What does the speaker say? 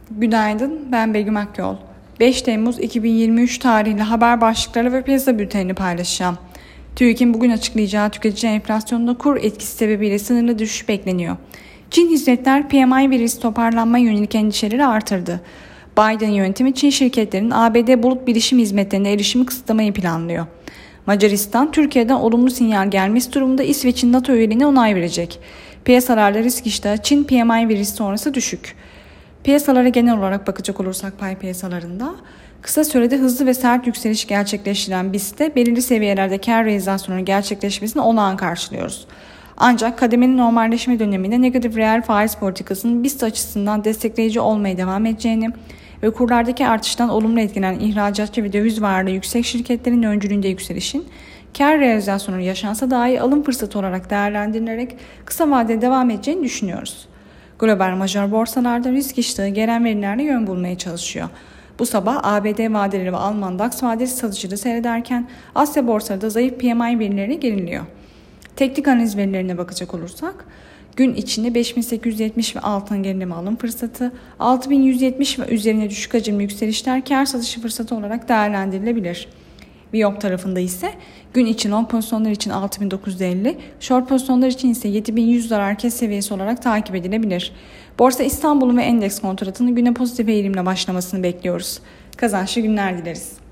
Günaydın, ben Begüm Akyol. 5 Temmuz 2023 tarihli haber başlıkları ve piyasa bültenini paylaşacağım. TÜİK'in bugün açıklayacağı tüketici enflasyonunda kur etkisi sebebiyle sınırlı düşüş bekleniyor. Çin hizmetler PMI verisi toparlanma yönelik endişeleri artırdı. Biden yönetimi Çin şirketlerinin ABD bulut bilişim hizmetlerine erişimi kısıtlamayı planlıyor. Macaristan, Türkiye'den olumlu sinyal gelmesi durumunda İsveç'in NATO üyeliğine onay verecek. Piyasalarda risk iştahı Çin PMI verisi sonrası düşük. Piyasalara genel olarak bakacak olursak pay piyasalarında kısa sürede hızlı ve sert yükseliş gerçekleştiren BIST'te belirli seviyelerde kar realizasyonunun gerçekleşmesini olağan karşılıyoruz. Ancak kademeli normalleşme döneminde negatif reel faiz politikasının BIST açısından destekleyici olmaya devam edeceğini ve kurlardaki artıştan olumlu etkilenen ihracatçı ve döviz varlığı yüksek şirketlerin öncülüğünde yükselişin kar realizasyonu yaşansa dahi alım fırsatı olarak değerlendirilerek kısa vadede devam edeceğini düşünüyoruz. Global major borsalarda risk iştahı gelen verilerle yön bulmaya çalışıyor. Bu sabah ABD vadeleri ve Alman DAX vadesi satıcılığı seyrederken Asya borsalarında zayıf PMI verileri geriliyor. Teknik analiz verilerine bakacak olursak gün içinde 5870 ve altın gerileme alım fırsatı, 6170 ve üzerine düşük hacimli yükselişler kar satışı fırsatı olarak değerlendirilebilir. Viyop tarafında ise gün için long pozisyonlar için 6950, short pozisyonlar için ise 7100 hareket seviyesi olarak takip edilebilir. Borsa İstanbul'un ve endeks kontratının güne pozitif eğilimle başlamasını bekliyoruz. Kazançlı günler dileriz.